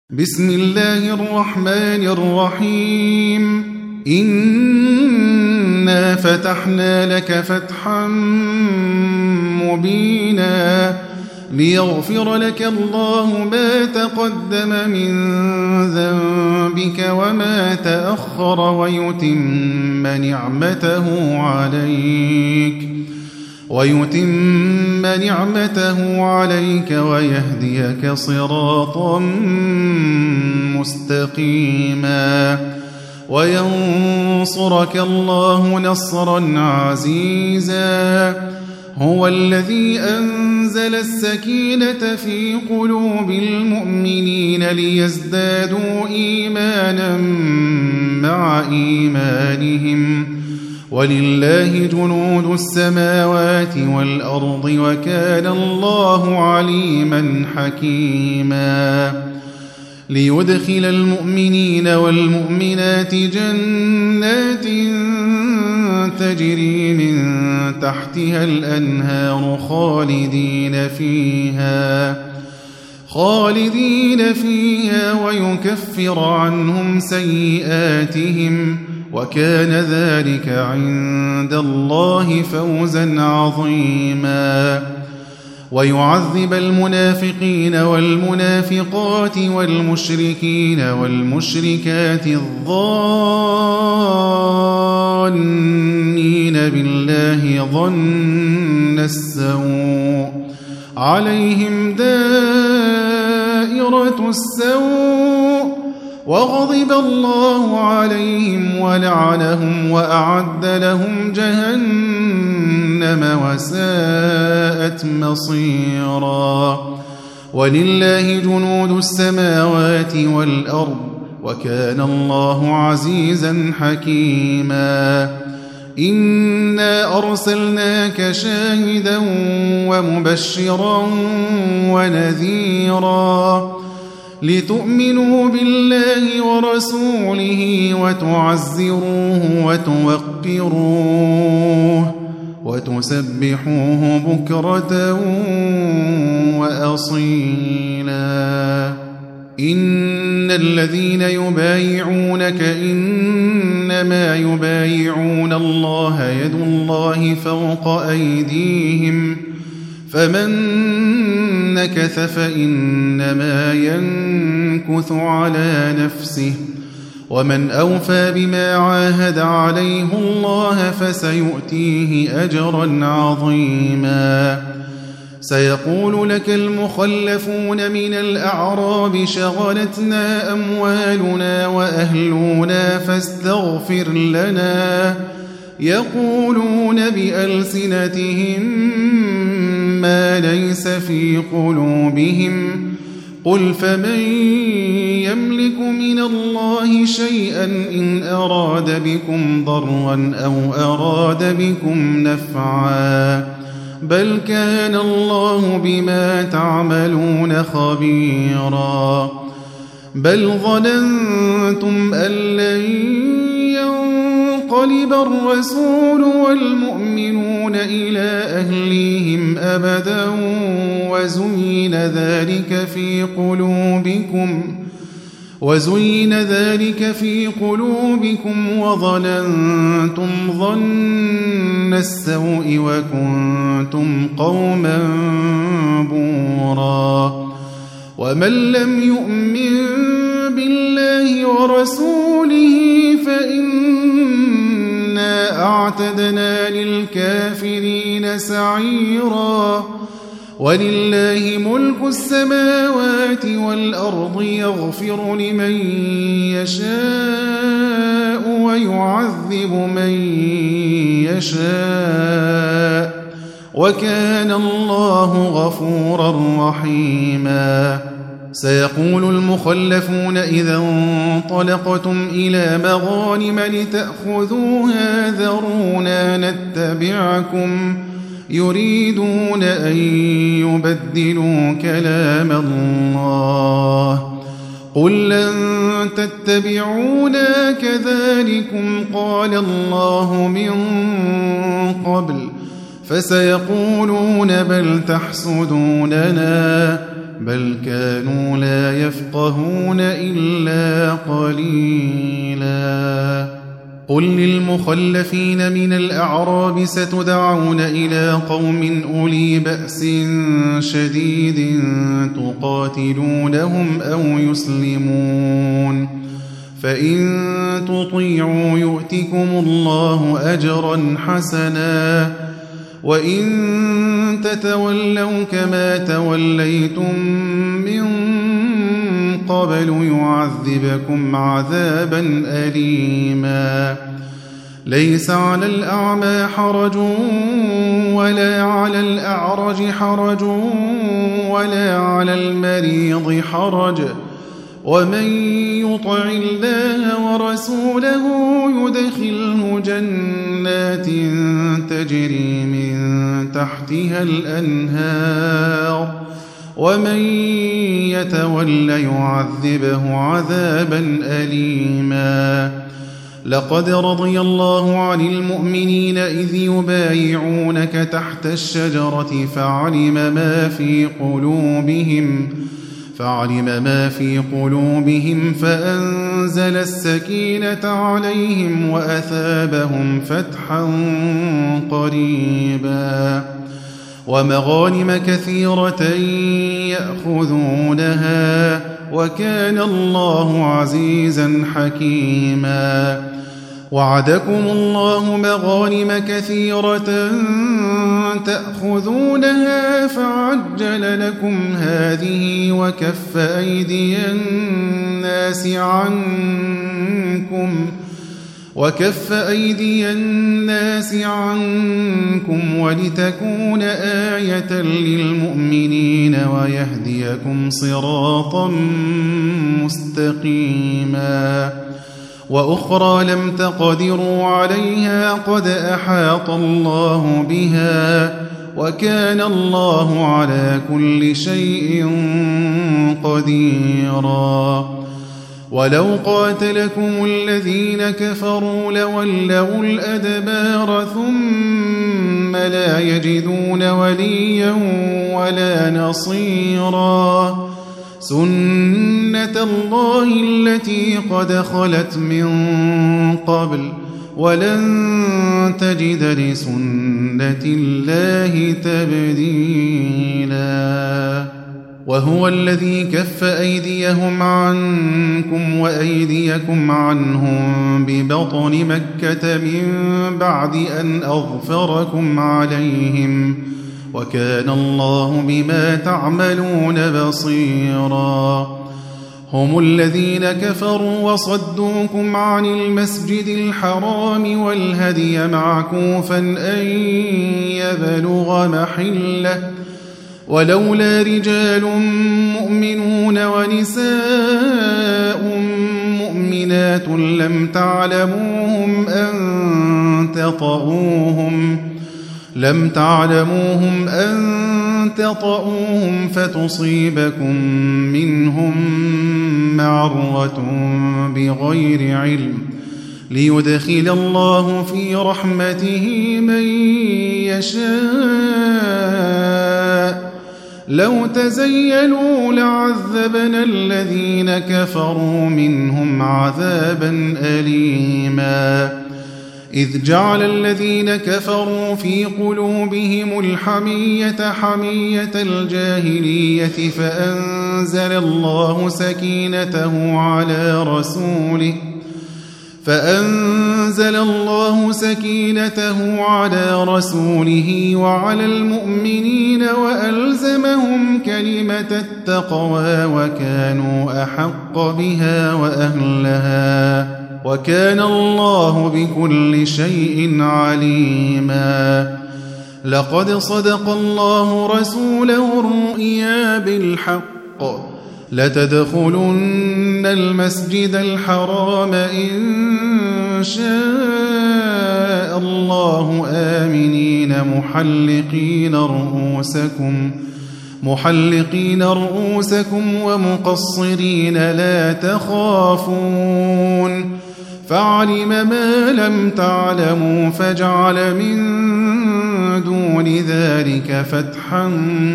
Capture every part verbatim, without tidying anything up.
بسم الله الرحمن الرحيم إنا فتحنا لك فتحا مبينا ليغفر لك الله ما تقدم من ذنبك وما تأخر ويتم نعمته عليك ويتم نعمته عليك ويهديك صراطا مستقيما وينصرك الله نصرا عزيزا هو الذي أنزل السكينة في قلوب المؤمنين ليزدادوا إيمانا مع إيمانهم ولله جنود السماوات والأرض وكان الله عليما حكيما ليدخل المؤمنين والمؤمنات جنات تجري من تحتها الأنهار خالدين فيها خالدين فيها ويكفر عنهم سيئاتهم وكان ذلك عند الله فوزا عظيما ويعذب المنافقين والمنافقات والمشركين والمشركات الظانين بالله ظن السوء عليهم دائرة السوء وغضب الله عليهم ولعنهم وأعد لهم جهنم وساءت مصيرا ولله جنود السماوات والأرض وكان الله عزيزا حكيما إنا أرسلناك شاهدا ومبشرا ونذيرا لتؤمنوا بالله ورسوله وتعزروه وتوقروه وتسبحوه بكرة وأصيلا إن الذين يبايعونك إنما يبايعون الله يد الله فوق أيديهم فمن نكث فإنما ينكث على نفسه ومن أوفى بما عاهد عليه الله فسيؤتيه أجرا عظيما سيقول لك المخلفون من الأعراب شغلتنا أموالنا وأهلنا فاستغفر لنا يقولون بألسنتهم ما ليس في قلوبهم قل فمن يملك من الله شيئا إن أراد بكم ضرا أو أراد بكم نفعا بل كان الله بما تعملون خبيرا بل ظننتم أن لن ينقلب الرسول والمؤمنون إلى أهليهم أبدا وزين ذلك في قلوبكم وزين ذلك في قلوبكم وظننتم ظن السوء وكنتم قوما بورا ومن لم يؤمن بالله ورسوله فإنا أعتدنا للكافرين سعيرا ولله ملك السماوات والأرض يغفر لمن يشاء ويعذب من يشاء وكان الله غفورا رحيما سيقول المخلفون إذا انطلقتم إلى مغانم لتأخذوها ذرونا نتبعكم يريدون أن يبدلوا كلام الله قل لن تتبعونا كذلكم قال الله من قبل فسيقولون بل تحسدوننا بل كانوا لا يفقهون إلا قليلا. قل للمخلفين من الأعراب ستدعون إلى قوم أولي بأس شديد تقاتلونهم أو يسلمون، فإن تطيعوا يؤتكم الله أجرا حسنا، وإن تتولوا كما توليتم من قبل يعذبكم عذابا أليما. ليس على الأعمى حرج ولا على الأعرج حرج ولا على المريض حرج، ومن يطع الله ورسوله يدخله جنات تجري من تحتها الأنهار، ومن يتول يعذبه عذابا أليما. لقد رضي الله عن المؤمنين إذ يبايعونك تحت الشجرة فعلم ما في قلوبهم فعلم ما في قلوبهم فأنزل السكينة عليهم وأثابهم فتحا قريبا، ومغانم كثيرة يأخذونها، وكان الله عزيزا حكيما. وعدكم الله مغانم كثيرة تأخذونها فعجل لكم هذه وكف أيدي الناس عنكم وكف أيدي الناس عنكم ولتكون آية للمؤمنين ويهديكم صراطا مستقيما. وأخرى لم تقدروا عليها قد أحاط الله بها، وكان الله على كل شيء قديرا. ولو قاتلكم الذين كفروا لولوا الأدبار ثم لا يجدون وليا ولا نصيرا. سنة الله التي قد خلت من قبل ولن تجد لسنة الله تبديلا. وهو الذي كف أيديهم عنكم وأيديكم عنهم ببطن مكة من بعد أن أظفركم عليهم، وكان الله بما تعملون بصيرا. هم الذين كفروا وصدوكم عن المسجد الحرام والهدي معكوفا أن يبلغ محله، ولولا رجال مؤمنون ونساء مؤمنات لم تعلموهم أن تطؤوهم لم تعلموهم أن تطؤوهم فتصيبكم منهم معرة بغير علم، ليدخل الله في رحمته من يشاء. لو تزيلوا لعذبنا الذين كفروا منهم عذابا أليما. إذ جعل الذين كفروا في قلوبهم الحمية حمية الجاهلية فأنزل الله سكينته على رسوله فأنزل الله سكينته على رسوله وعلى المؤمنين وألزمهم كلمة التقوى وكانوا أحق بها وأهلها، وكان الله بكل شيء عليما. لقد صدق الله رسوله الرؤيا بالحق لتدخلن المسجد الحرام إن شاء الله آمنين محلقين رؤوسكم محلقين رؤوسكم ومقصرين لا تخافون، فعلم ما لم تعلموا فجعل من دون ذلك فتحا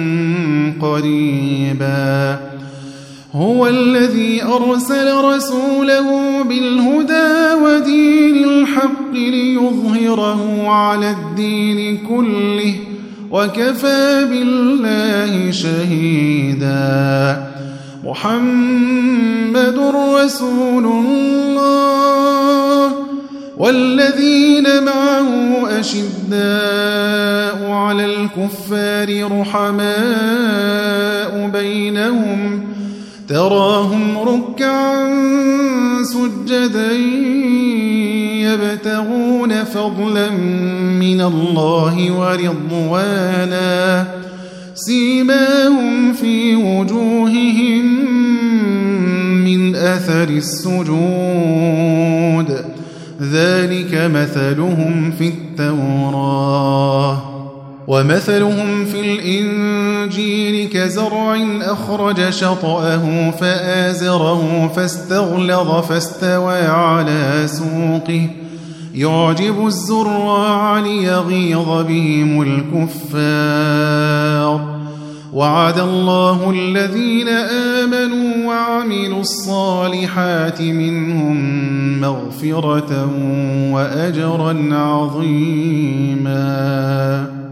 قريبا. هو الذي أرسل رسوله بالهدى ودين الحق ليظهره على الدين كله وكفى بالله شهيدا. محمد رسول الله والذين معه أشداء على الكفار رحماء بينهم تراهم ركعا سجدا يبتغون فضلا من الله ورضوانا سيماهم في وجوههم من أثر السجود ذلك مثلهم في التوراة ومثلهم في الإنجيل كزرع أخرج شطأه فآزره فاستغلظ فاستوى على سوقه يعجب الزراع ليغيظ بهم الكفار. وعد الله الذين آمنوا وعملوا الصالحات منهم مغفرة وأجرا عظيما.